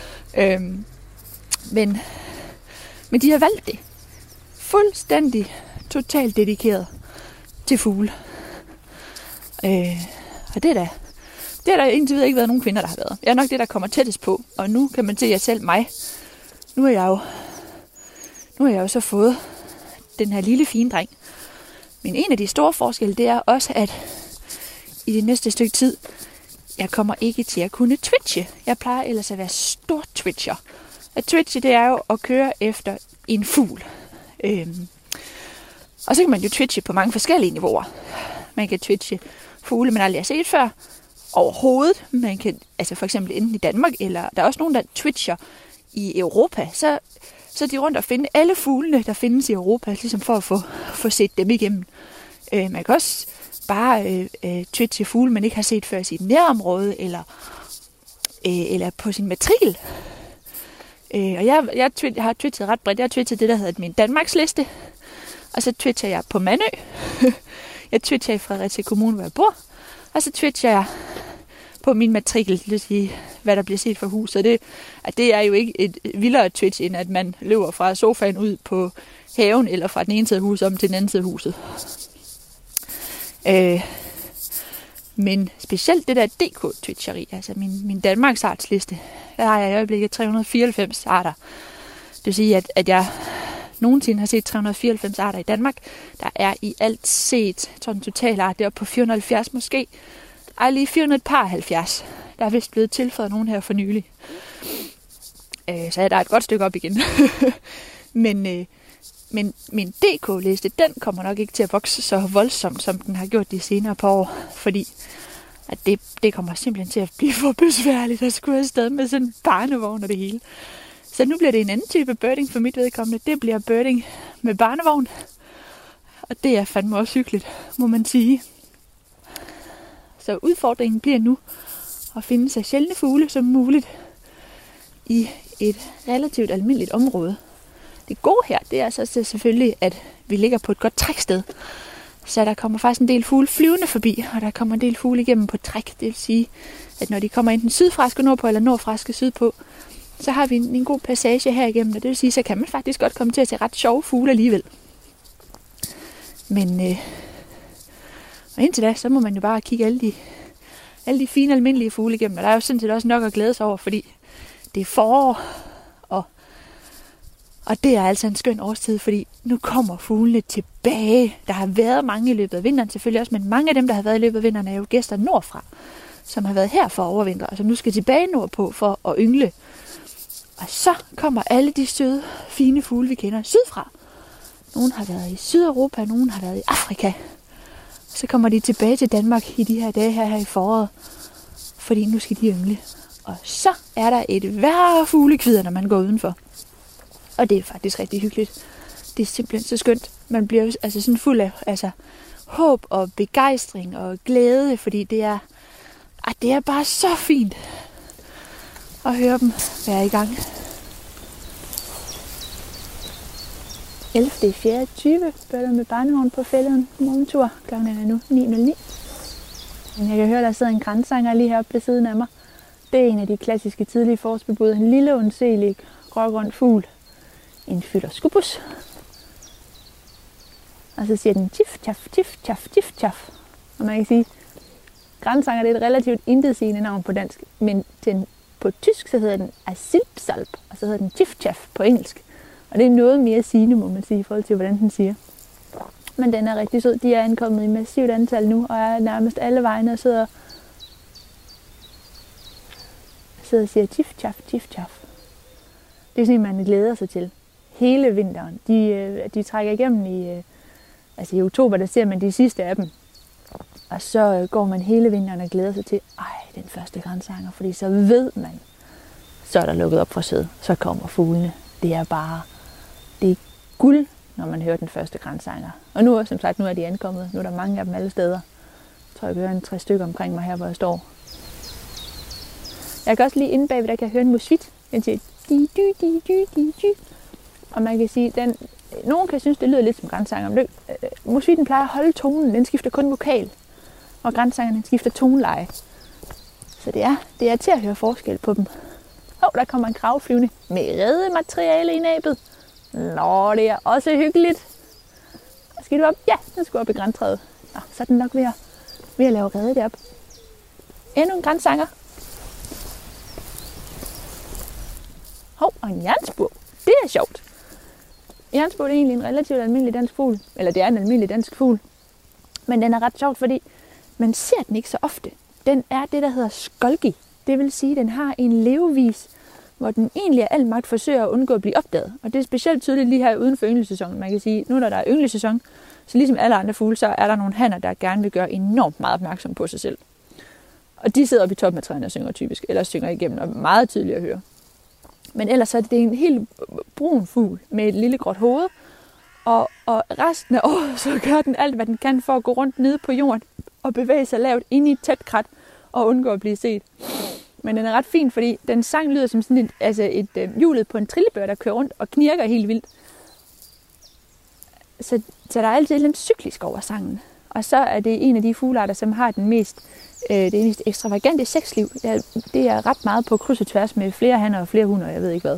Men de har valgt det. Fuldstændig, totalt dedikeret til fugle. Og det er der indtil videre ikke været nogen kvinder, der har været. Jeg er nok det, der kommer tættest på. Og nu kan man se, at jeg selv mig. Nu er jeg jo så fået den her lille fine dreng. Men en af de store forskelle, det er også, at i det næste stykke tid, jeg kommer ikke til at kunne twitche. Jeg plejer ellers at være stor twitcher. At twitche, det er jo at køre efter en fugl. Og så kan man jo twitche på mange forskellige niveauer. Man kan twitche fugle, man aldrig har set før. Overhovedet. Man kan, altså for eksempel enten i Danmark, eller der er også nogen, der twitcher i Europa. Så er de rundt og finde alle fuglene, der findes i Europa, ligesom for at få set dem igennem. Man kan også bare twitche fugle, man ikke har set før i sit nærområde, eller på sin matrikel. Og jeg har twitchet ret bredt. Jeg har twitchet det, der hedder min Danmarks liste. Og så twitcher jeg på Mandø. Jeg twitcher i Fredericia Kommune, hvor jeg bor. Og så twitcher jeg på min matrikel, det vil sige, hvad der bliver set fra huset. Det er jo ikke et vildere twitch, end at man løber fra sofaen ud på haven, eller fra den ene side af huset om til den anden side af huset. Men specielt det der DK-twitcheri, altså min Danmarks artsliste, der har jeg i øjeblikket 394 arter. Det vil sige, at jeg nogensinde har set 394 arter i Danmark. Der er i alt set, jeg tror den totale art, det er oppe på 470 måske. Lige 470. Der er vist blevet tilføjet nogen her for nylig. Så der er et godt stykke op igen. Men min DK-liste, den kommer nok ikke til at vokse så voldsomt, som den har gjort de senere par år. Fordi at det kommer simpelthen til at blive for besværligt at skulle afsted med sådan en barnevogn og det hele. Så nu bliver det en anden type birding for mit vedkommende. Det bliver birding med barnevogn. Og det er fandme også hyggeligt, må man sige. Så udfordringen bliver nu at finde så sjældne fugle som muligt i et relativt almindeligt område. Det gode her, det er så selvfølgelig, at vi ligger på et godt træksted. Så der kommer faktisk en del fugle flyvende forbi, og der kommer en del fugle igennem på træk. Det vil sige, at når de kommer enten sydfraske nordpå eller nordfraske sydpå, så har vi en god passage her igennem, og det vil sige, så kan man faktisk godt komme til at se ret sjove fugle alligevel. Men og indtil da, så må man jo bare kigge alle de fine almindelige fugle igennem, og der er jo sådan set også nok at glæde sig over, fordi det er forår, og det er altså en skøn årstid, fordi nu kommer fuglene tilbage. Der har været mange i løbet af vinteren selvfølgelig også, men mange af dem, der har været i løbet af vinteren, er jo gæster nordfra, som har været her for at overvintre, og som nu skal tilbage nordpå for at yngle. Og så kommer alle de søde, fine fugle, vi kender sydfra. Nogle har været i Sydeuropa, nogle har været i Afrika. Så kommer de tilbage til Danmark i de her dage her i foråret, fordi nu skal de yngle. Og så er der et værre fuglekvider, når man går udenfor. Og det er faktisk rigtig hyggeligt. Det er simpelthen så skønt. Man bliver altså sådan fuld af håb og begejstring og glæde, fordi det er bare så fint at høre dem være i gang. 11.4.20 bøtter med barnevogn på fælleden morgentur. Klokken er nu 9.09. Jeg kan høre, der sidder en grænsanger lige heroppe ved siden af mig. Det er en af de klassiske tidlige forårsbebud. En lille, undselig, grågrøn fugl. En fylderskubus. Og så siger den tif, tjaf, tif, tjaf, tif, tjaf. Og man kan sige, grænsanger det er et relativt intetsigende navn på dansk, men på tysk så hedder den asilpsalp, og så hedder den tif, tjaf på engelsk. Og det er noget mere sigende, må man sige, i forhold til, hvordan den siger. Men den er rigtig sød. De er ankommet i massivt antal nu, og er nærmest alle vegne og sidder og siger tif, tjaf, tif, tjaf. Det er sådan, man glæder sig til hele vinteren. De trækker igennem i oktober, der ser man de sidste af dem. Og så går man hele vinteren og glæder sig til, den første grænsanger, fordi så ved man, så er der lukket op for sæd, så kommer fuglene. Det er guld, når man hører den første grænsanger. Og nu, som sagt, nu er de ankommet. Nu er der mange af dem alle steder. Jeg tror, jeg kan høre 3 stykker omkring mig her, hvor jeg står. Jeg kan også lige inde bagved, der kan jeg høre en musvit. Den siger, di, dy, di, dy, di, dy. Og man kan sige, nogen kan synes, det lyder lidt som grænsanger. Men musvitten plejer at holde tonen. Den skifter kun vokal. Og grænsangerne skifter toneleje. Så det er til at høre forskel på dem. Der kommer en kravflyvende med redemateriale i næbet. Nå, det er også hyggeligt. Skal du op? Ja, den skal op i græntræet. Nå, så er den nok ved at lave rede derop. Endnu en grænsanger. Og en jernspur. Det er sjovt. Jernspur er egentlig en relativt almindelig dansk fugl. Eller det er en almindelig dansk fugl. Men den er ret sjovt, fordi man ser den ikke så ofte. Den er det, der hedder skolgi. Det vil sige, at den har en levevis, hvor den egentlig af al magt forsøger at undgå at blive opdaget. Og det er specielt tydeligt lige her uden for ynglesæsonen. Man kan sige, nu når der er ynglesæson, så ligesom alle andre fugle, så er der nogle hanner, der gerne vil gøre enormt meget opmærksom på sig selv. Og de sidder oppe i toppen af træerne og synger typisk, eller synger igennem, og meget tydeligt at høre. Men ellers er det en helt brun fugl med et lille gråt hoved, og resten af året så gør den alt, hvad den kan for at gå rundt nede på jorden og bevæge sig lavt ind i et tæt krat og undgå at blive set. Men den er ret fin, fordi den sang lyder som sådan et hjulet på en trillebør, der kører rundt og knirker helt vildt. Så der er altid lidt cyklisk over sangen. Og så er det en af de fuglearter, som har det mest ekstravagante sexliv. Det er ret meget på kryds og tværs med flere hanner og flere hunner, jeg ved ikke hvad.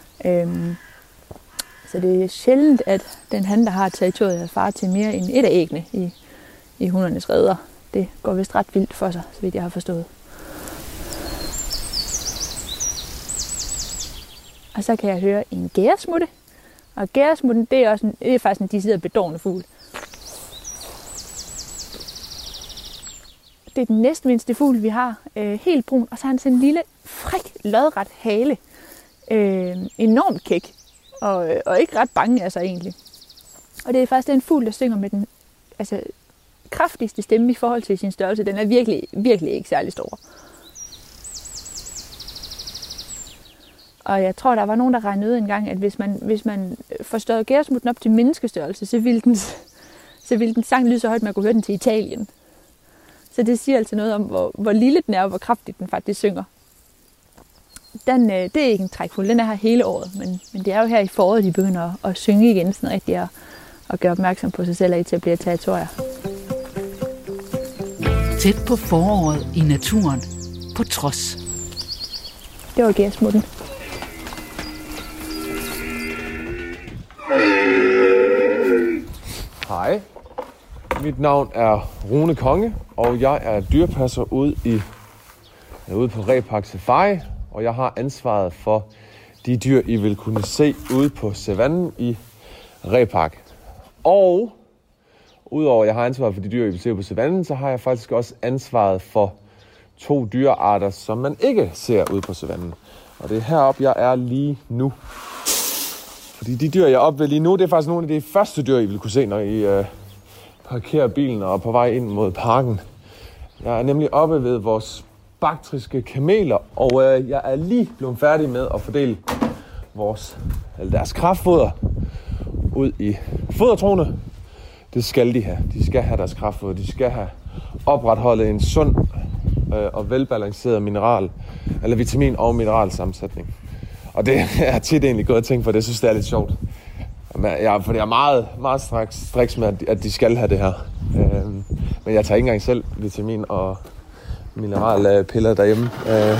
Så det er sjældent, at den han, der har territoriet, er far til mere end et af æggene i hunnernes reder. Det går vist ret vildt for sig, så vidt jeg har forstået. Og så kan jeg høre en gæresmutte. Og gæresmutten, det er faktisk en decideret bedårende fugl. Det er den næstmindste fugl, vi har. Helt brun. Og så har han sådan en lille, frik, lodret hale. Enormt kæk. Og ikke ret bange af sig egentlig. Og det er faktisk den fugl, der synger med den kraftigste stemme i forhold til sin størrelse. Den er virkelig, virkelig ikke særlig stor. Og jeg tror, der var nogen, der regnede ud engang, at hvis man forstørrede gæresmutten op til menneskestørrelse, så ville den sang lyde så højt, man kunne høre den til Italien. Så det siger altså noget om, hvor lille den er, og hvor kraftigt den faktisk synger. det er ikke en trækfugl. Den er her hele året, men det er jo her i foråret, de begynder at synge igen, sådan rigtig at gøre opmærksom på sig selv og etablere territorier. Tæt på foråret i naturen, på trods. Det var gærsmutten. Hej, mit navn er Rune Konge, og jeg er dyrepasser ude på Repark Safari, og jeg har ansvaret for de dyr, I vil kunne se ude på savannen i Repark. Og udover at jeg har ansvaret for de dyr, I vil se på savannen, så har jeg faktisk også ansvaret for 2 dyrearter, som man ikke ser ude på savannen. Og det er heroppe, jeg er lige nu. Fordi de dyr, jeg er oppe ved lige nu, det er faktisk nogle af de første dyr, I vil kunne se, når I parkerer bilen og er på vej ind mod parken. Jeg er nemlig oppe ved vores baktriske kameler, og jeg er lige blevet færdig med at fordele deres kraftfoder ud i fodertrone. Det skal de have. De skal have deres kraftfoder. De skal have opretholdet en sund og velbalanceret vitamin- og mineralsammensætning. Og det er tit egentlig gået at tænke på, det synes det er lidt sjovt. For jeg er meget, meget striks med, at de skal have det her. Men jeg tager ikke engang selv vitamin- og mineralpiller derhjemme.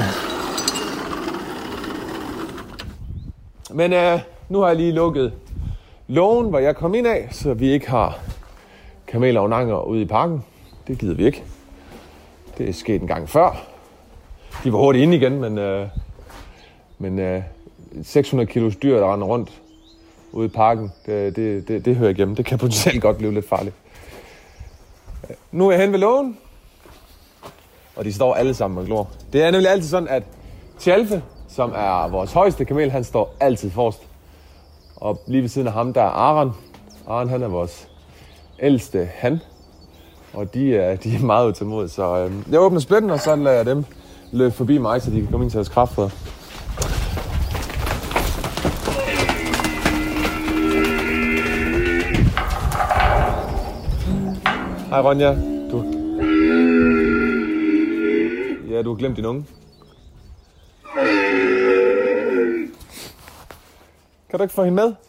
Men nu har jeg lige lukket lågen, hvor jeg kom ind af, så vi ikke har kameler og nanger ude i parken. Det gider vi ikke. Det er sket en gang før. De var hurtigt inde igen, men 600 kilos dyr, der render rundt ude i parken, det hører ikke hjemme. Det kan potentielt godt blive lidt farligt. Nu er jeg hen ved lågen, og de står alle sammen og glor. Det er nemlig altid sådan, at Tjalfe, som er vores højeste kamel, han står altid forrest. Og lige ved siden af ham, der er Aron. Aron, han er vores ældste han. Og de er meget utålmodige. Så jeg åbner splitten, og så lader jeg dem løbe forbi mig, så de kan komme ind til deres kraftfoder. Hej Ronja. Du har glemt din unge. Kan du ikke få hende med?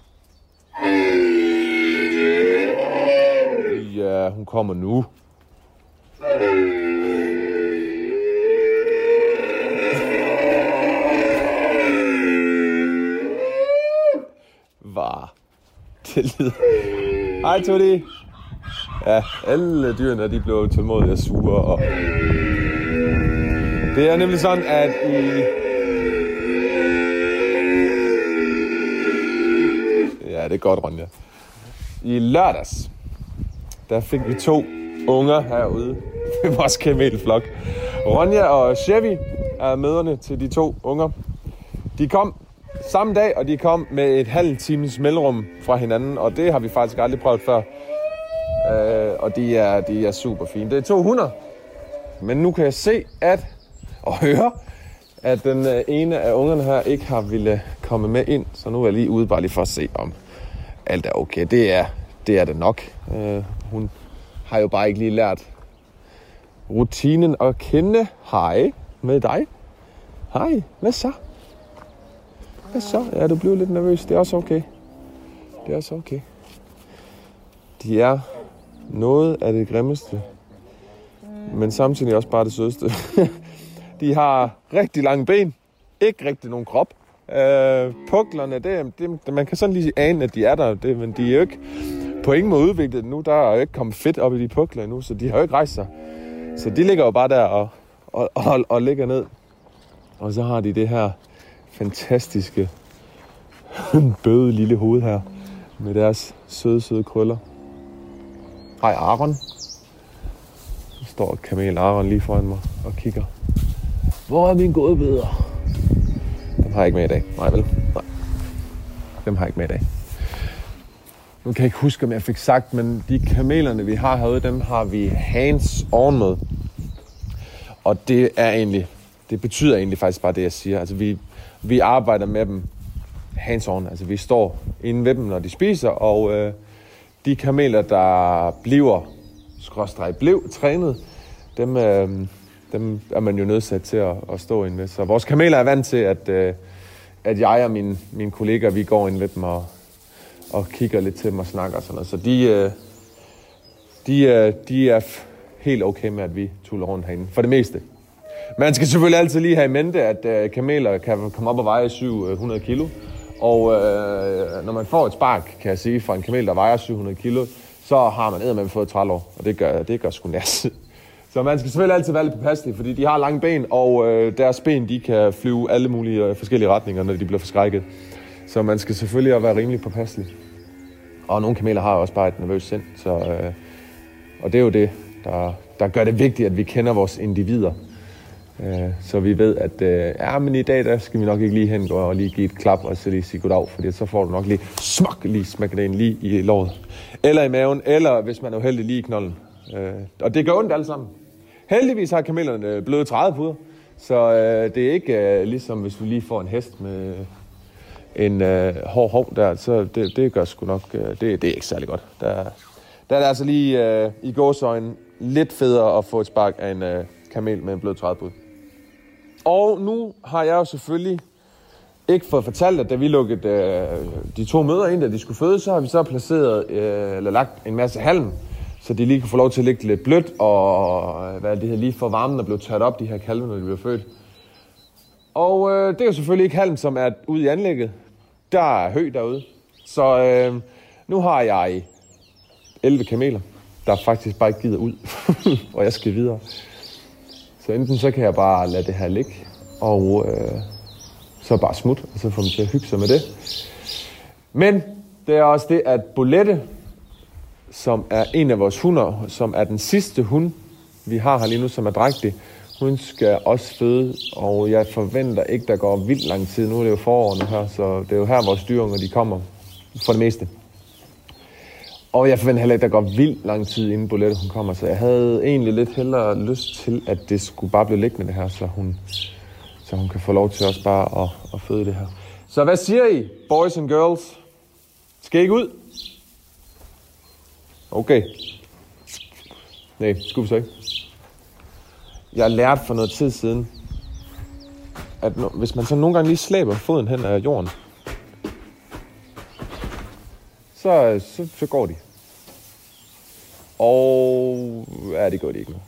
Ja, hun kommer nu. Det lyder. Hej Tutti. Ja, alle dyrene de blev tålmodige og sure. Og det er nemlig sådan, at ja, det er godt, Ronja. I lørdags, der fik vi 2 unger herude ved vores kamelflok. Ronja og Chevy er mødrene til de 2 unger. De kom samme dag, og de kom med et halvt times mellemrum fra hinanden, og det har vi faktisk aldrig prøvet før. Og de er super fine. Det er 2 hunder, men nu kan jeg se og høre, at den ene af ungerne her ikke har ville komme med ind, så nu er jeg lige ude bare lige for at se, om alt er okay. Det er det nok. Hun har jo bare ikke lige lært rutinen at kende. Hej med dig. Hej, hvad så? Hvad så? Ja, du blev lidt nervøs. Det er også okay. Det er også okay. De er noget af det grimmeste, men samtidig også bare det sødeste. De har rigtig lange ben, ikke rigtig nogen krop. Puklerne, man kan sådan lige ane, at de er der, men de er jo ikke på ingen måde udviklet nu. Der er jo ikke kommet fedt op i de pukler endnu, så de har jo ikke rejst sig. Så de ligger jo bare der og ligger ned. Og så har de det her fantastiske bøde lille hoved her med deres søde krøller. Hej Aron. Nu står kamel Aron lige foran mig og kigger. Hvor er mine godbidder? Dem har jeg ikke med i dag. Nej vel? Nej. Dem har jeg ikke med i dag. Nu kan jeg ikke huske, om jeg fik sagt, men de kamelerne, vi har herude, dem har vi hands-on med. Og det betyder egentlig faktisk bare det, jeg siger. Altså vi arbejder med dem hands-on. Altså vi står inde ved dem, når de spiser, og de kameler, der blev trænet, dem dem er man jo nødsat til at stå ind ved. Så vores kameler er vant til, at jeg og mine kollegaer, vi går ind ved dem og kigger lidt til dem og snakker og sådan noget. Så de er helt okay med, at vi tuller rundt herinde. For det meste. Man skal selvfølgelig altid lige have i mente, at kameler kan komme op og veje 700 kilo. Og når man får et spark, kan jeg sige, fra en kamel, der vejer 700 kilo, så har man eddermame fået 30 år. Og det gør sgu næst. Så man skal selvfølgelig altid være lidt påpasselig, fordi de har lange ben, og deres ben de kan flyve alle mulige forskellige retninger, når de bliver forskrækket. Så man skal selvfølgelig også være rimelig påpasselig. Og nogle kameler har også bare et nervøst sind. Og det er jo det, der gør det vigtigt, at vi kender vores individer. Så vi ved, at men i dag der skal vi nok ikke lige hen og lige give et klap og så lige sige goddag, fordi så får du nok lige smække det ind lige i låret. Eller i maven, eller hvis man er uheldig lige i knolden. Og det gør ondt alle sammen. Heldigvis har kamelerne bløde trædepuder, så det er ikke ligesom hvis vi lige får en hest med en hård hov der, så det gør sgu nok, det er ikke særlig godt. Der er det altså lige i gåseøjne lidt federe at få et spark af en kamel med en blød trædepude. Og nu har jeg jo selvfølgelig ikke fået fortalt, at da vi lukkede de 2 mødre ind, da de skulle føde, så har vi så placeret eller lagt en masse halm, så de lige kunne få lov til at ligge lidt blødt, og det her lige for varmen er blevet tørt op, de her kalve, når de bliver født. Og det er jo selvfølgelig ikke halm, som er ude i anlægget. Der er hø derude. Så nu har jeg 11 kameler, der faktisk bare ikke gider ud, og jeg skal videre. Så enten så kan jeg bare lade det her ligge, og så bare smut, og så får man til at hygge sig med det. Men det er også det, at Bolette, som er en af vores hunder, som er den sidste hund, vi har her lige nu, som er drægtig, hun skal også føde, og jeg forventer ikke, der går vildt lang tid. Nu er det jo forår nu her, så det er jo her, vores dyrunger de kommer for det meste. Og jeg forventer heller ikke, der går vildt lang tid, inden Bolette hun kommer, så jeg havde egentlig lidt hellere lyst til, at det skulle bare blive liggende det her, så hun kan få lov til også bare at føde det her. Så hvad siger I, boys and girls? Skal I ikke ud? Okay. Nej, skulle vi så ikke. Jeg lærte for noget tid siden, at hvis man så nogle gange lige slæber foden hen af jorden, så går de. Og ja, det går de ikke nu.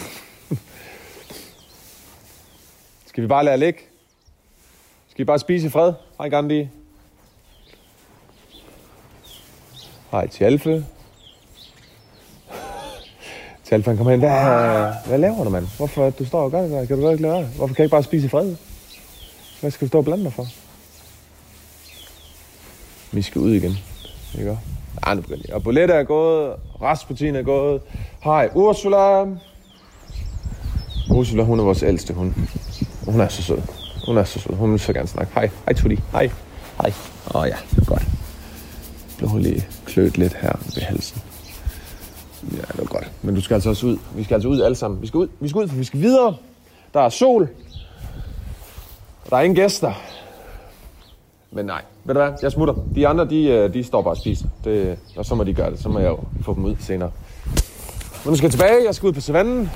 Skal vi bare lade ligge? Skal vi bare spise i fred? Hej Gandhi. Hej Tjalfe. Tjalfe han kommer hen. Hvad laver du, mand? Hvorfor du står og gør det der? Kan du ikke lade? Hvorfor kan jeg ikke bare spise i fred? Hvad skal du stå og blande dig for? Vi skal ud igen. Ikke? Nu begynder jeg. Og Bolette er gået. Rasputin er gået. Hej Ursula. Ursula, hun er vores ældste hund. Hun er så sød. Hun vil så gerne snakke. Hej Tudi. Hej. Ja, godt. Blev hun lige klødt lidt her ved halsen. Ja, det var godt. Men du skal altså også ud. Vi skal altså ud alle sammen. Vi skal ud, for vi skal videre. Der er sol. Og der er ingen gæster. Men nej, ved du hvad? Jeg smutter. De andre, de står bare og spiser. Og så må de gøre det. Så må jeg jo få dem ud senere. Men nu skal jeg tilbage. Jeg skal ud på savannen.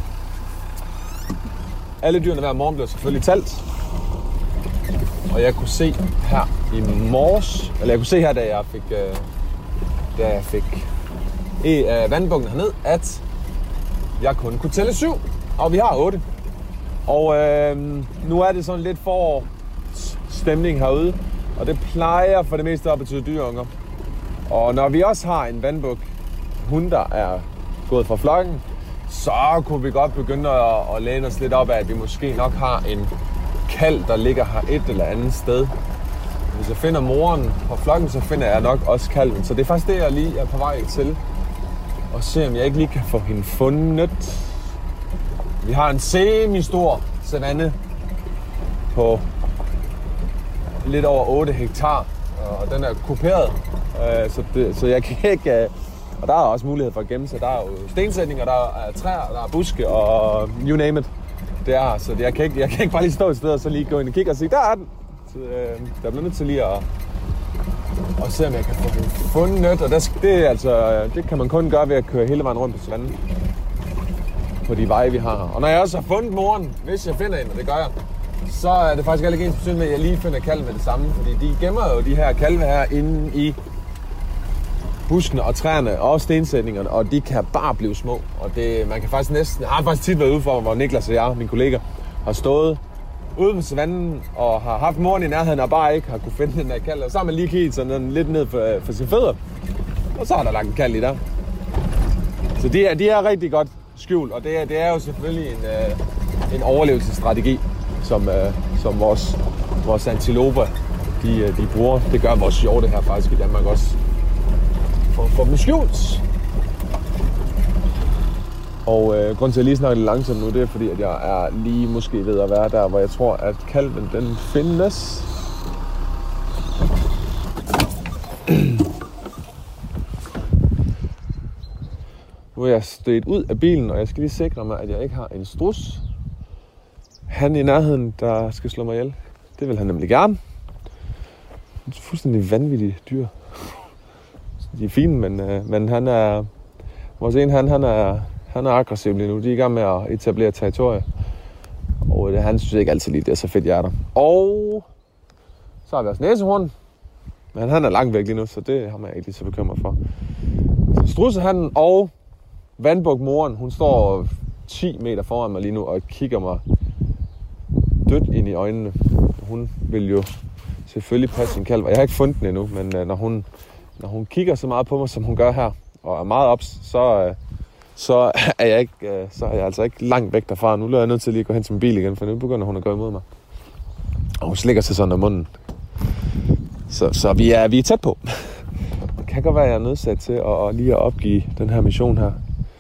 Alle dyrene hver morgen bliver selvfølgelig talt. Og jeg kunne se her i morges, eller jeg kunne se her, da jeg fik vandbukken herned, at jeg kun kunne tælle 7, og vi har 8. Og nu er det sådan lidt forårsstemning herude, og det plejer for det meste at betyde dyreunger. Og når vi også har en vandbuk, hund, der er gået fra flokken, så kunne vi godt begynde at læne os lidt op af, at vi måske nok har en kalv, der ligger her et eller andet sted. Hvis jeg finder moren på flokken, så finder jeg nok også kalven. Så det er faktisk det, jeg lige er på vej til. Og se, om jeg ikke lige kan få hende fundet. Vi har en semi-stor savanne på lidt over 8 hektar. Og den er kuperet, så jeg kan ikke... Og der er også mulighed for at gemme sig. Der er jo stensætninger, der er træer, der er buske og you name it. Det er, så jeg kan ikke bare lige stå et sted og så lige gå ind og kigge og sige, der er den. Så der bliver nødt til lige at se, om jeg kan få den fundet. Og det kan man kun gøre ved at køre hele vejen rundt på savannen. på de veje, vi har. Og når jeg også har fundet moren, hvis jeg finder en, og det gør jeg, så er det faktisk ikke ens betydning med, at jeg lige finder kalve med det samme. Fordi de gemmer jo de her kalve her inde i buskene og træerne og stensætningerne, og de kan bare blive små. Og det, man kan faktisk næsten... Jeg har faktisk tit været ude for, hvor Niklas og jeg, mine kolleger, har stået ude på savannen og har haft moren i nærheden og bare ikke har kunne finde den der kalv. Og så har man lige kigget sådan lidt ned for sine fødder, og så har der lagt en kalv i der. Så de er rigtig godt skjult, og det er jo selvfølgelig en overlevelsesstrategi, som vores antiloper de bruger. Det gør vores hjorte her faktisk i Danmark også. For at få dem skjult. Og grunden til at jeg lige snakker lidt langsomt nu, det er fordi, at jeg er lige måske ved at være der, hvor jeg tror, at kalven den findes. Nu er jeg steget ud af bilen, og jeg skal lige sikre mig, at jeg ikke har en strus. Han i nærheden, der skal slå mig ihjel. Det vil han nemlig gerne. Det er fuldstændig vanvittige dyr. De er fine, men han er... Vores en, han er aggressiv lige nu. De er i gang med at etablere territorier. Og han synes ikke altid lige, det er så fedt hjerter. Og så har vi også næsehorn. Men han er langt væk lige nu, så det har man ikke lige så bekymret for. Så strudsehannen og vandbukmoren, hun står 10 meter foran mig lige nu og kigger mig dødt ind i øjnene. Hun vil jo selvfølgelig passe sin kalv. Jeg har ikke fundet den endnu, men når hun kigger så meget på mig, som hun gør her, og er meget ops, så er jeg altså ikke langt væk derfra. Nu er jeg nødt til lige at gå hen til min bil igen, for nu begynder hun at gå imod mig. Og hun slikker sig sådan af munden. Så vi er tæt på. Det kan godt være, at jeg er nødsat til at lige at opgive den her mission her.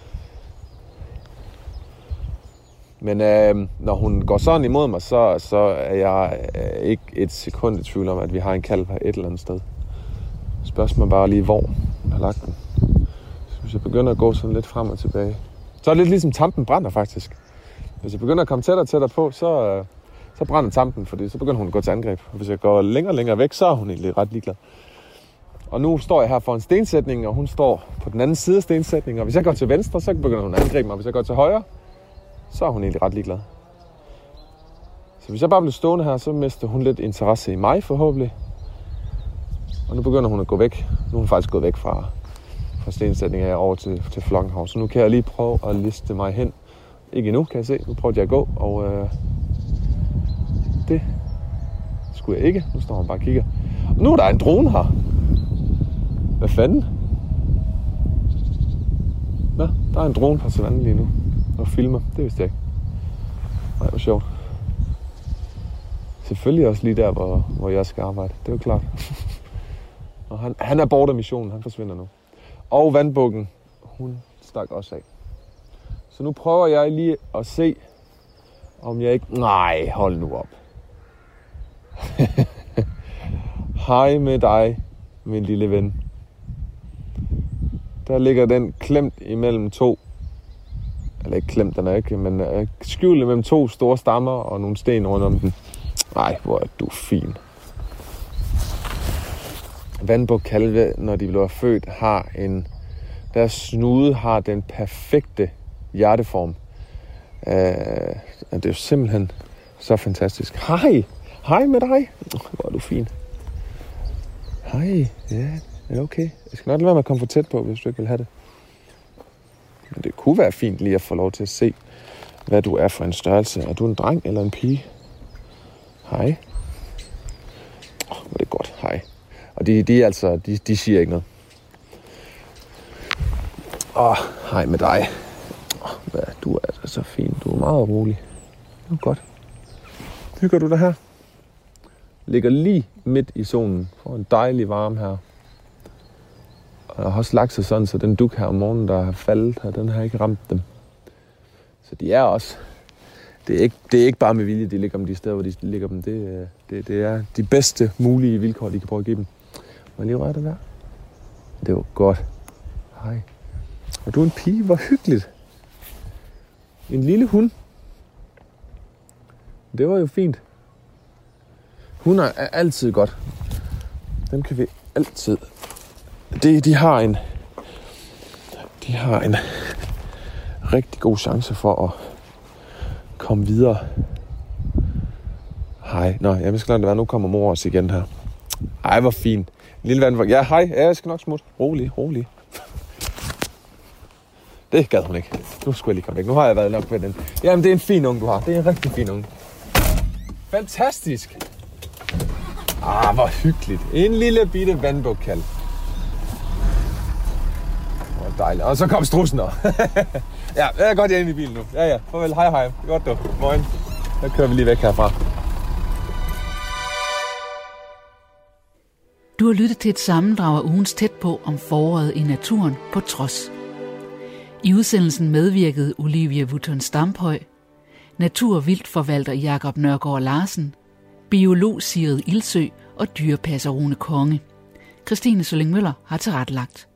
Men når hun går sådan imod mig, så er jeg ikke et sekund i tvivl om, at vi har en kalv her et eller andet sted. Spørgsmålet bare lige, hvor hun har lagt den. Så hvis jeg begynder at gå sådan lidt frem og tilbage, så er det lidt ligesom tampen brænder faktisk. Hvis jeg begynder at komme tættere på, så brænder tampen, fordi så begynder hun at gå til angreb. Og hvis jeg går længere væk, så er hun egentlig ret ligeglad. Og nu står jeg her for en stensætning, og hun står på den anden side af stensætningen. Og hvis jeg går til venstre, så begynder hun at angribe mig. Og hvis jeg går til højre, så er hun egentlig ret ligeglad. Så hvis jeg bare bliver stående her, så mister hun lidt interesse i mig forhåbentlig. Og nu begynder hun at gå væk. Nu er hun faktisk gået væk fra stensætningen her over til flokken. Så nu kan jeg lige prøve at liste mig hen. Ikke endnu, kan jeg se. Nu prøver jeg at gå, og det skulle jeg ikke. Nu står hun bare og kigger. Og nu er der en drone her. Hvad fanden? Nå, der er en drone på savannen lige nu. Og filmer. Det vidste jeg ikke. Nej, hvor sjovt. Selvfølgelig også lige der, hvor jeg skal arbejde. Det er jo klart. Og han er borte af missionen. Han forsvinder nu. Og vandbukken, hun stak også af. Så nu prøver jeg lige at se, om jeg ikke... Nej, hold nu op. Hej med dig, min lille ven. Der ligger den klemt imellem to... Eller ikke klemt, den er ikke, men skjult imellem to store stammer og nogle sten rundt om den. Nej, hvor er du fin. Vandbukkalve, når de bliver født, har deres snude har den perfekte hjerteform. Det er jo simpelthen så fantastisk. Hej med dig. Hvor er du fin. Hej, ja, okay. Jeg skal nok lade være med at komme for tæt på, hvis du ikke vil have det. Men det kunne være fint lige at få lov til at se, hvad du er for en størrelse. Er du en dreng eller en pige? Hej. Hvor er det godt. Hej. Og de siger ikke noget. Hej med dig. Du er altså så fin. Du er meget rolig. Det er godt. Hygger du dig her? Ligger lige midt i solen. Får en dejlig varme her. Og jeg har også lagt sig sådan, så den duk her om morgenen, der har faldet her, den har ikke ramt dem. Så de er også... Det er ikke bare med vilje, de ligger dem de steder, hvor de ligger dem. Det er de bedste mulige vilkår, de kan prøve at give dem. Må jeg lige røre dig der? Det var godt. Hej. Og du er en pige, hvor hyggeligt. En lille hund. Det var jo fint. Hunder er altid godt. Dem kan vi altid... De har en rigtig god chance for at komme videre. Hej. Nå, jeg skal lade det være. Nu kommer mor også igen her. Ej, hvor fint. En lille vandvogn. Ja, hej. Ja, jeg skal nok smutte. Rolig. Det gad hun ikke. Nu skulle jeg lige komme væk. Nu har jeg været nok med den. Jamen, det er en fin unge, du har. Det er en rigtig fin unge. Fantastisk. Hvor hyggeligt. En lille bitte vandbukkalv. Hvor dejligt. Og så kom strudsen op. Ja, jeg er godt inde i bilen nu. Ja. Farvel. Hej. Det er godt du. Morgen. Så kører vi lige væk herfra. Du har lyttet til et sammendrag af ugens Tæt på om foråret i naturen på Trods. I udsendelsen medvirkede Olivia Wutton Stamphøj, natur- og vildtforvalter Jakob Nørgaard Larsen, biolog Sigrid Ildsø og dyrepasser Rune Konge. Christine Sølling Møller har tilrettelagt.